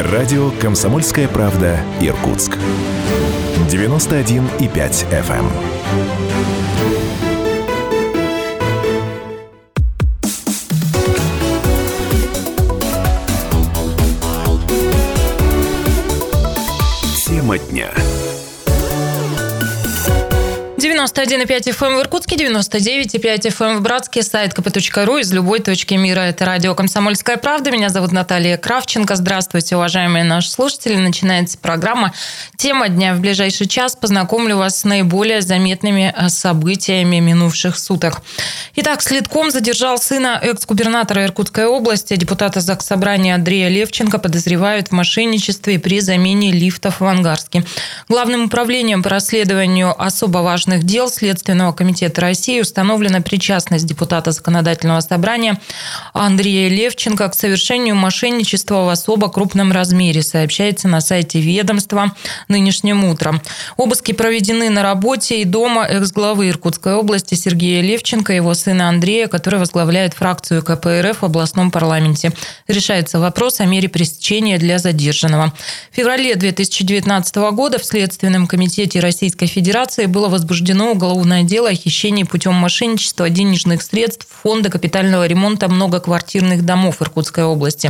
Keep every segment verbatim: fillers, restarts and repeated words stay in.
Радио «Комсомольская правда» Иркутск. девяносто один и пять эф эм. Тема дня. девяносто один и пять эф эм в Иркутске, девяносто девять и пять эф эм в Братске, сайт ка пэ точка ру из любой точки мира. Это радио «Комсомольская правда». Меня зовут Наталья Кравченко. Здравствуйте, уважаемые наши слушатели. Начинается программа «Тема дня». В ближайший час познакомлю вас с наиболее заметными событиями минувших суток. Итак, следком задержал сына экс-губернатора Иркутской области, депутата Заксобрания Андрея Левченко, подозревают в мошенничестве при замене лифтов в Ангарске. Главным управлением по расследованию особо важных дел Следственного комитета России установлена причастность депутата Законодательного собрания Андрея Левченко к совершению мошенничества в особо крупном размере, сообщается на сайте ведомства нынешним утром. Обыски проведены на работе и дома экс-главы Иркутской области Сергея Левченко и его сына Андрея, который возглавляет фракцию ка пэ эр эф в областном парламенте. Решается вопрос о мере пресечения для задержанного. В феврале две тысячи девятнадцатого года в Следственном комитете Российской Федерации было возбуждено уголовное дело о хищении путем мошенничества денежных средств Фонда капитального ремонта многоквартирных домов Иркутской области.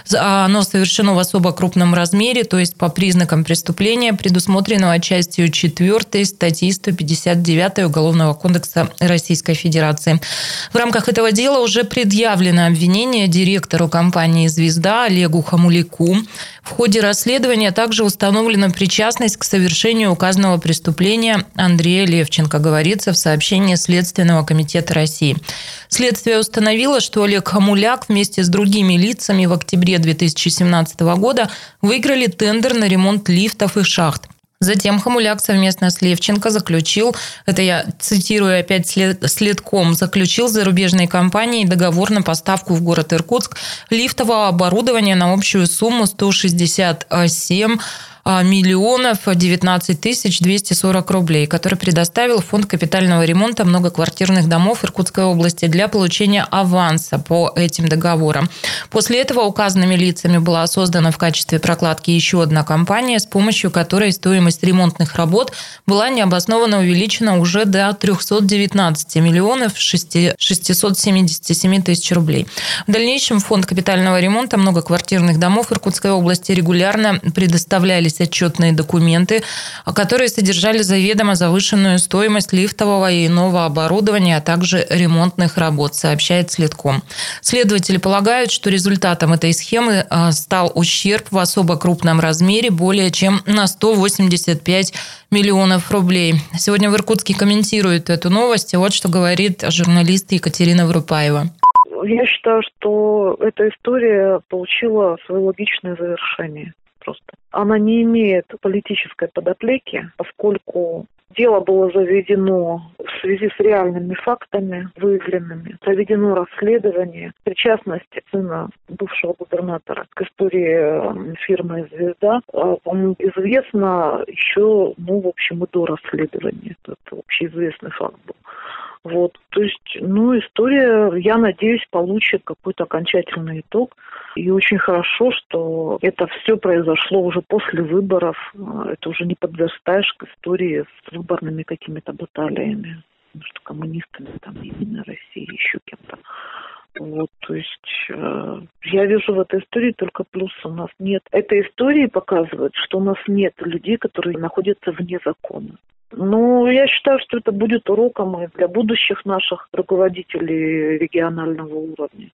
Оно совершено в особо крупном размере, то есть по признакам преступления, предусмотренного частью четвёртой статьи сто пятьдесят девять Уголовного кодекса Российской Федерации. В рамках этого дела уже предъявлено обвинение директору компании «Звезда» Олегу Хамуляку. В ходе расследования также установлена причастность к совершению указанного преступления Андрея Левченко, говорится в сообщении Следственного комитета России. Следствие установило, что Олег Хамуляк вместе с другими лицами в октябре две тысячи семнадцатого года выиграли тендер на ремонт лифтов и шахт. Затем Хамуляк совместно с Левченко заключил, это я цитирую опять следком, заключил с зарубежной компанией договор на поставку в город Иркутск лифтового оборудования на общую сумму сто шестьдесят семь миллионов девятнадцать тысяч двести сорок рублей, который предоставил Фонд капитального ремонта многоквартирных домов Иркутской области для получения аванса по этим договорам. После этого указанными лицами была создана в качестве прокладки еще одна компания, с помощью которой стоимость ремонтных работ была необоснованно увеличена уже до триста девятнадцать миллионов шестьсот семьдесят семь тысяч рублей. В дальнейшем Фонд капитального ремонта многоквартирных домов Иркутской области регулярно предоставляли отчетные документы, которые содержали заведомо завышенную стоимость лифтового и иного оборудования, а также ремонтных работ, сообщает Следком. Следователи полагают, что результатом этой схемы стал ущерб в особо крупном размере более чем на сто восемьдесят пять миллионов рублей. Сегодня в Иркутске комментирует эту новость, и вот что говорит журналист Екатерина Врупаева. Я считаю, что эта история получила свое логичное завершение. Просто. Она не имеет политической подоплеки, поскольку дело было заведено в связи с реальными фактами, выявленными. Заведено расследование причастности сына бывшего губернатора к истории фирмы «Звезда». По-моему, известно еще, ну, в общем, и до расследования. Это общеизвестный факт был. Вот, то есть, ну, история, я надеюсь, получит какой-то окончательный итог. И очень хорошо, что это все произошло уже после выборов. Это уже не подверстаешь к истории с выборными какими-то баталиями между коммунистами, там, Единой Россией, еще кем-то. Вот, то есть э, я вижу в этой истории только плюс. У нас нет. Эта история показывает, что у нас нет людей, которые находятся вне закона. Ну, я считаю, что это будет уроком и для будущих наших руководителей регионального уровня.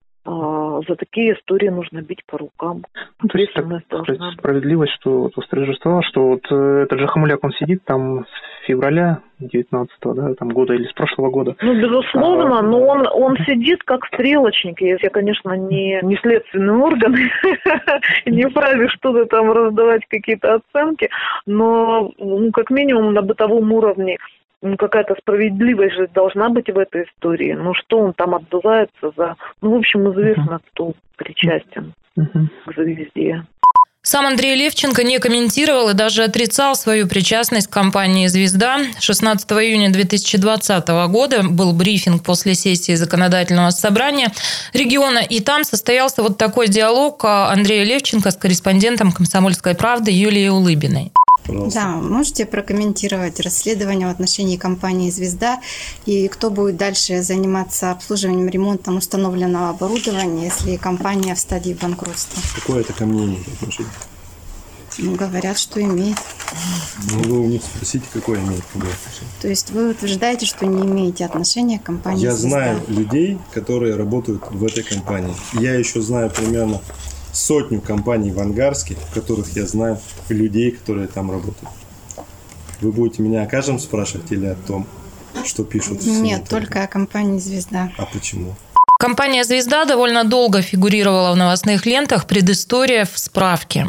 А за такие истории нужно бить по рукам. Ну, то есть, так сказать, справедливость, что вот восторжествовала, что вот этот же Хамуляк, он сидит там с февраля девятнадцатого, да, там года или с прошлого года. Ну, безусловно, а, но он, он сидит как стрелочник. Я, конечно, не, не следственный орган, не вправе что-то там раздавать какие-то оценки, но, ну, как минимум на бытовом уровне ну, какая-то справедливость же должна быть в этой истории. Ну, что он там отдувается за... Ну, в общем, известно, кто причастен к «Звезде». Сам Андрей Левченко не комментировал и даже отрицал свою причастность к компании «Звезда». шестнадцатого июня две тысячи двадцатого года был брифинг после сессии законодательного собрания региона, и там состоялся вот такой диалог Андрея Левченко с корреспондентом «Комсомольской правды» Юлией Улыбиной. Пожалуйста. Да, можете прокомментировать расследование в отношении компании «Звезда» и кто будет дальше заниматься обслуживанием, ремонтом установленного оборудования, если компания в стадии банкротства? Какое это ко мне имеет отношение? Ну, говорят, что имеет. Ну, вы у них спросите, какое имеет отношение. То есть вы утверждаете, что не имеете отношения к компании Я «Звезда»? знаю людей, которые работают в этой компании. Я еще знаю примерно сотню компаний в Ангарске, в которых я знаю людей, которые там работают. Вы будете меня о каждом спрашивать или о том, что пишут? Нет, только о компании «Звезда». А почему? Компания «Звезда» довольно долго фигурировала в новостных лентах. Предыстория в справке.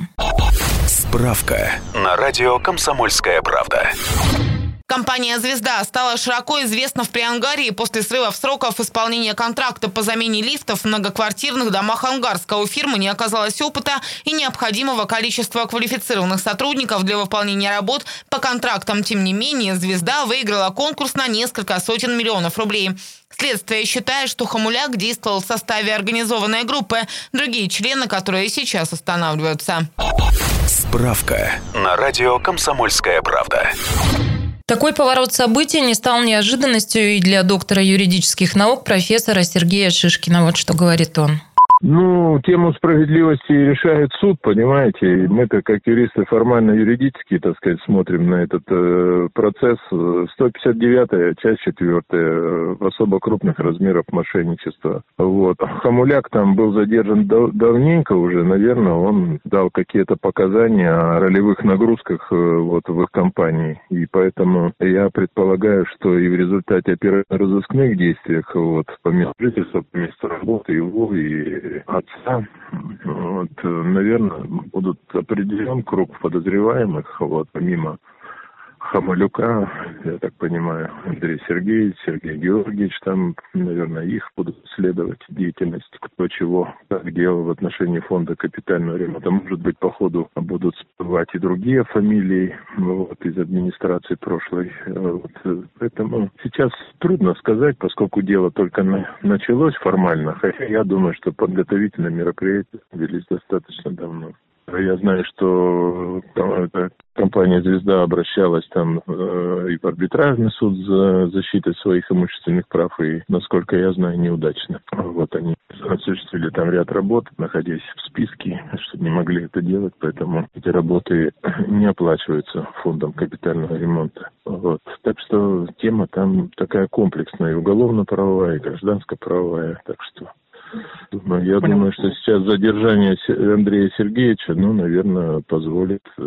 Справка на радио «Комсомольская правда». Компания «Звезда» стала широко известна в Приангарии после срывов сроков исполнения контракта по замене лифтов в многоквартирных домах Ангарска. У фирмы не оказалось опыта и необходимого количества квалифицированных сотрудников для выполнения работ по контрактам. Тем не менее, «Звезда» выиграла конкурс на несколько сотен миллионов рублей. Следствие считает, что Хомуляк действовал в составе организованной группы. Другие члены, которые сейчас останавливаются. Справка на радио «Комсомольская правда». Такой поворот событий не стал неожиданностью и для доктора юридических наук профессора Сергея Шишкина. Вот что говорит он. Ну, тему справедливости решает суд, понимаете. Мы-то, как юристы, формально-юридически, так сказать, смотрим на этот э, процесс. сто пятьдесят девятая, часть четвертая, в особо крупных размерах мошенничества. Вот. Хомуляк там был задержан дав- давненько уже, наверное, он дал какие-то показания о ролевых нагрузках э, вот, в их компании. И поэтому я предполагаю, что и в результате оперативно-розыскных действиях вот, по месту жительства, по месту работы его и отца, вот, наверное, будут определен круг подозреваемых, вот, помимо Хомулюка, я так понимаю, Андрей Сергеевич, Сергей Георгиевич, там, наверное, их будут исследовать деятельность, кто чего, как делал в отношении фонда капитального ремонта. Может быть, по ходу будут всплывать и другие фамилии, вот, из администрации прошлой. Вот, поэтому сейчас трудно сказать, поскольку дело только на, началось формально, хотя я думаю, что подготовительные мероприятия велись достаточно давно. Я знаю, что эта компания «Звезда» обращалась там э, и в арбитражный суд за защитой своих имущественных прав, и, насколько я знаю, неудачно. Вот они осуществили там ряд работ, находясь в списке, что не могли это делать, поэтому эти работы не оплачиваются фондом капитального ремонта. Вот. Так что тема там такая комплексная, и уголовно-правовая, и гражданско-правовая, так что... Думаю, я Понял. думаю, что сейчас задержание Андрея Сергеевича, ну, наверное, позволит э,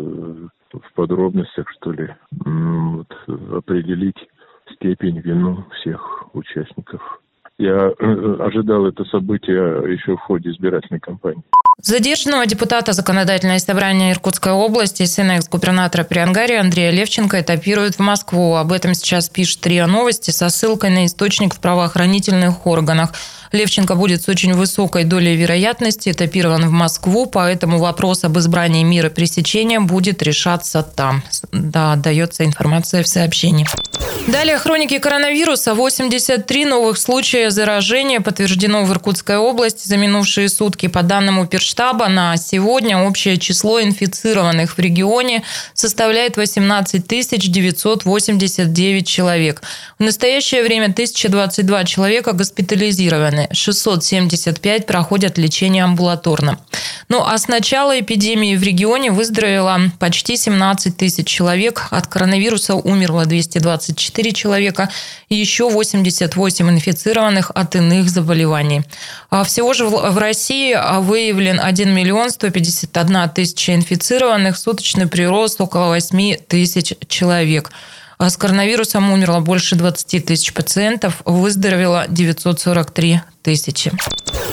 в подробностях, что ли, вот, определить степень вины всех участников. Я э, ожидал это событие еще в ходе избирательной кампании. Задержанного депутата Законодательного собрания Иркутской области, сына экс-губернатора Приангарии Андрея Левченко, этапируют в Москву. Об этом сейчас пишет РИА Новости со ссылкой на источник в правоохранительных органах. Левченко будет с очень высокой долей вероятности этапирован в Москву, поэтому вопрос об избрании меры пресечения будет решаться там. Да, дается информация в сообщении. Далее хроники коронавируса. восемьдесят три новых случая заражения подтверждено в Иркутской области за минувшие сутки. По данным Оперштаба, на сегодня общее число инфицированных в регионе составляет восемнадцать тысяч девятьсот восемьдесят девять человек. В настоящее время тысяча двадцать два человека госпитализированы, шестьсот семьдесят пять проходят лечение амбулаторно. Ну а с начала эпидемии в регионе выздоровело почти семнадцать тысяч человек. От коронавируса умерло двести двадцать четыре человека и еще восемьдесят восемь инфицированных от иных заболеваний. А всего же в России выявлен один миллион сто пятьдесят одна тысяча инфицированных, суточный прирост около восемь тысяч человек. А с коронавирусом умерло больше двадцать тысяч пациентов, выздоровело девятьсот сорок три тысячи.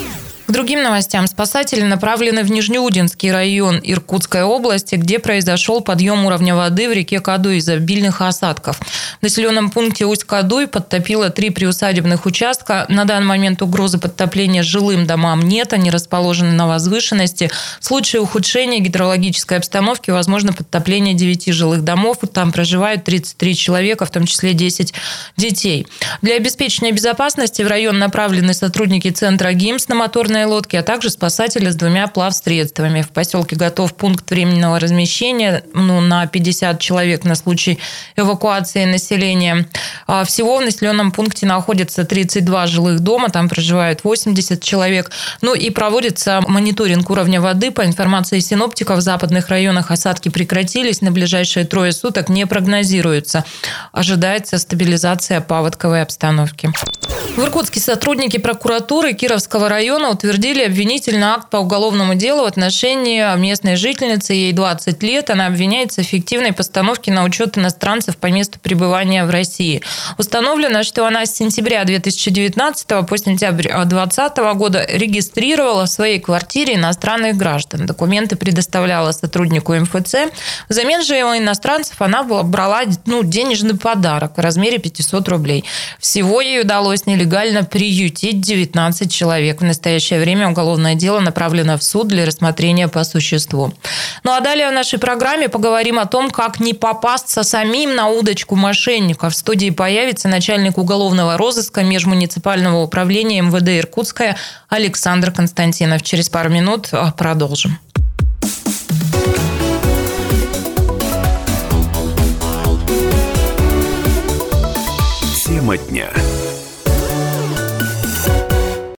К другим новостям. Спасатели направлены в Нижнеудинский район Иркутской области, где произошел подъем уровня воды в реке Кадуй из-за обильных осадков. В населенном пункте Усть-Кадуй подтопило три приусадебных участка. На данный момент угрозы подтопления жилым домам нет, они расположены на возвышенности. В случае ухудшения гидрологической обстановки возможно подтопление девяти жилых домов. Там проживают тридцать три человека, в том числе десять детей. Для обеспечения безопасности в район направлены сотрудники центра ГИМС на моторной лодке, а также спасатели с двумя плавсредствами. В поселке готов пункт временного размещения ну, на пятьдесят человек на случай эвакуации населения. Всего в населенном пункте находится тридцать два жилых дома, там проживают восемьдесят человек. Ну и проводится мониторинг уровня воды. По информации синоптиков, в западных районах осадки прекратились, на ближайшие трое суток не прогнозируется. Ожидается стабилизация паводковой обстановки. В Иркутске сотрудники прокуратуры Кировского района утвердили обвинительный акт по уголовному делу в отношении местной жительницы. Ей двадцать лет. Она обвиняется в фиктивной постановке на учет иностранцев по месту пребывания в России. Установлено, что она с сентября две тысячи девятнадцатого по сентябрь две тысячи двадцатого года регистрировала в своей квартире иностранных граждан. Документы предоставляла сотруднику эм эф цэ. Взамен же у иностранцев она брала ну, денежный подарок в размере пятьсот рублей. Всего ей удалось нелегально приютить девятнадцать человек. В настоящее время уголовное дело направлено в суд для рассмотрения по существу. Ну а далее в нашей программе поговорим о том, как не попасться самим на удочку мошенников. В студии появится начальник уголовного розыска межмуниципального управления эм вэ дэ Иркутская Александр Константинов. Через пару минут продолжим.